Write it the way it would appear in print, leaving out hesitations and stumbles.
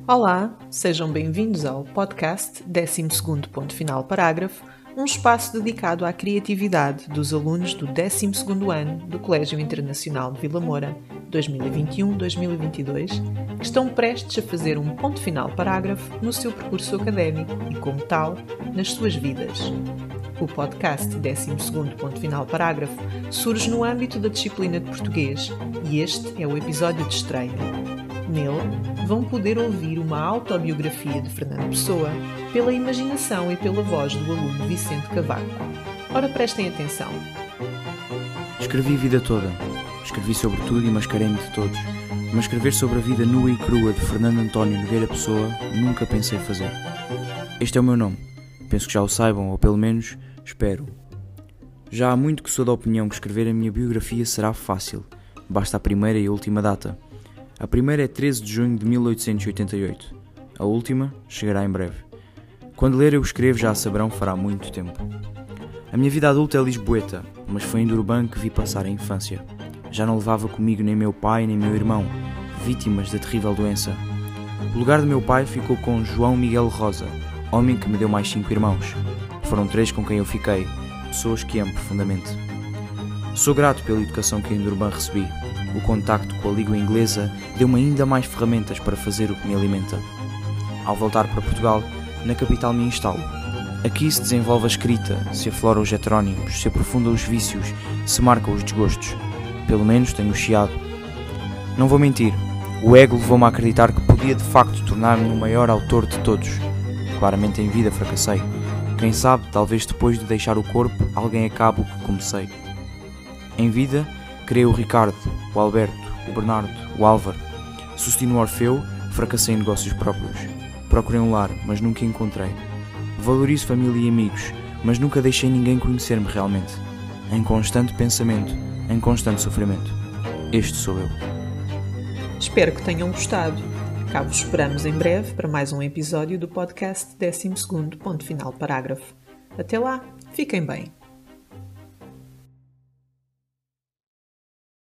Olá, sejam bem-vindos ao podcast 12º Ponto Final Parágrafo, um espaço dedicado à criatividade dos alunos do 12º ano do Colégio Internacional de Vila Moura, 2021-2022, que estão prestes a fazer um ponto final parágrafo no seu percurso académico e, como tal, nas suas vidas. O podcast 12º Ponto Final Parágrafo surge no âmbito da disciplina de português e este é o episódio de estreia. Nele, vão poder ouvir uma autobiografia de Fernando Pessoa pela imaginação e pela voz do aluno Vicente Cavaco. Ora, prestem atenção. Escrevi a vida toda. Escrevi sobre tudo e mascarei-me de todos. Mas escrever sobre a vida nua e crua de Fernando António Nogueira Pessoa nunca pensei fazer. Este é o meu nome. Penso que já o saibam, ou pelo menos, espero. Já há muito que sou da opinião que escrever a minha biografia será fácil. Basta a primeira e a última data. A primeira é 13 de junho de 1888. A última chegará em breve. Quando ler eu escrevo, já a saberão, fará muito tempo. A minha vida adulta é lisboeta, mas foi em Durban que vi passar a infância. Já não levava comigo nem meu pai nem meu irmão, vítimas da terrível doença. O lugar do meu pai ficou com João Miguel Rosa, homem que me deu mais 5 irmãos. Foram 3 com quem eu fiquei, pessoas que amo profundamente. Sou grato pela educação que em Durban recebi. O contacto com a língua inglesa deu-me ainda mais ferramentas para fazer o que me alimenta. Ao voltar para Portugal, na capital me instalo. Aqui se desenvolve a escrita, se aflora os heterónimos, se aprofunda os vícios, se marca os desgostos. Pelo menos tenho chiado. Não vou mentir, o ego levou-me a acreditar que podia de facto tornar-me o maior autor de todos. Claramente em vida fracassei. Quem sabe, talvez depois de deixar o corpo, alguém acabe o que comecei. Em vida, criei o Ricardo, o Alberto, o Bernardo, o Álvaro. Sucedi no Orfeu, fracassei em negócios próprios. Procurei um lar, mas nunca encontrei. Valorizo família e amigos, mas nunca deixei ninguém conhecer-me realmente. Em constante pensamento, em constante sofrimento. Este sou eu. Espero que tenham gostado. Cá vos esperamos em breve para mais um episódio do podcast 12º Ponto Final Parágrafo. Até lá, fiquem bem.